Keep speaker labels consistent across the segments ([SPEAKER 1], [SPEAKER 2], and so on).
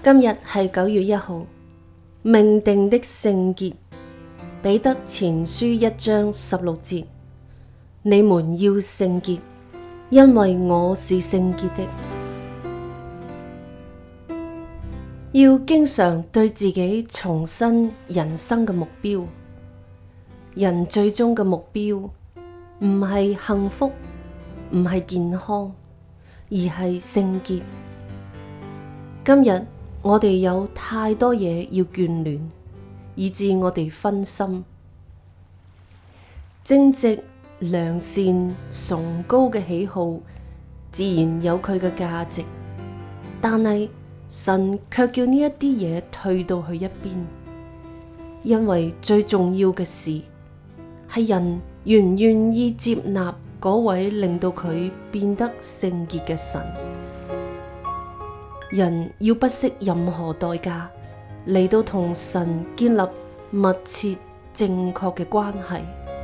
[SPEAKER 1] 今日係9月1號，命定的聖潔。彼得前書1章16節，你們要聖潔，因為我是聖潔的。要經常對自己重申人生嘅目標。人最終嘅目標唔係幸福，唔係健康，而係聖潔。今日我哋有太多嘢要眷戀，以致我哋分心。正直、良善、崇高嘅喜好，自然有佢嘅價值，但係神卻叫呢一啲嘢退到去一邊，因為最重要嘅事係人願唔願意接納嗰位令到佢變得聖潔嘅神。人要不惜任何代價嚟到同神建立密切正確嘅關係。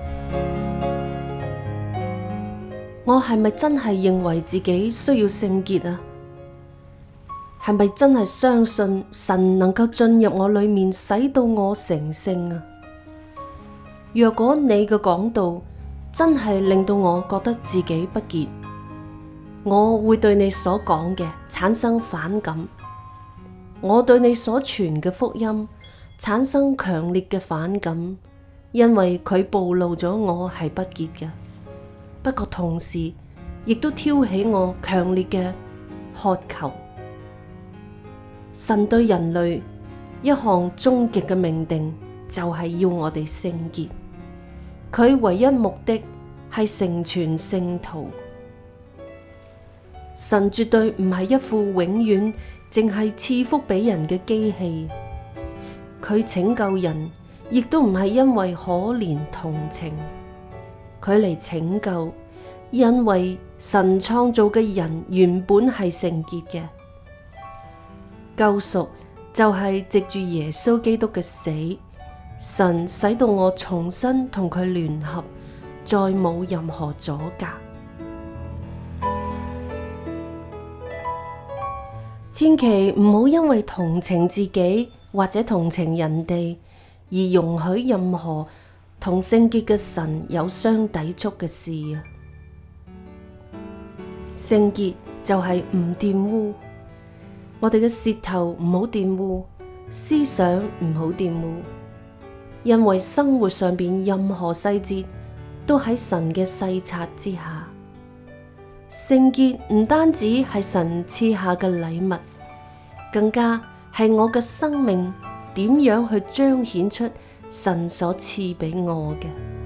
[SPEAKER 1] 我係咪真係認為自己需要聖潔啊？係咪真係相信神能夠進入我裏面，使到我成聖啊？若果你嘅講道真係令到我覺得自己不潔，我會對你所講嘅產生反感，我對你所傳嘅福音產生強烈嘅反感，因為佢暴露咗我係不潔嘅。不過同時亦都挑起我強烈嘅渴求。神對人類一項終極嘅命定就係要我哋聖潔，佢唯一目的係成全聖徒。神絕對唔係一副永遠淨係賜福俾人嘅機器，佢拯救人亦都唔係因為可憐同情，佢嚟拯救，因為神創造嘅人原本係聖潔嘅。救贖就係藉住耶穌基督嘅死，神使到我重新同佢聯合，再冇任何阻隔。千祈唔好因為同情自己或者同情人哋而容許任何同聖潔嘅神有相抵觸嘅事啊！聖潔就係唔玷污，我哋嘅舌頭唔好玷污，思想唔好玷污，因為生活上邊任何細節都喺神嘅細察之下。聖潔唔單止係神賜下嘅禮物，更加係我嘅生命點樣去彰顯出神所賜俾我嘅。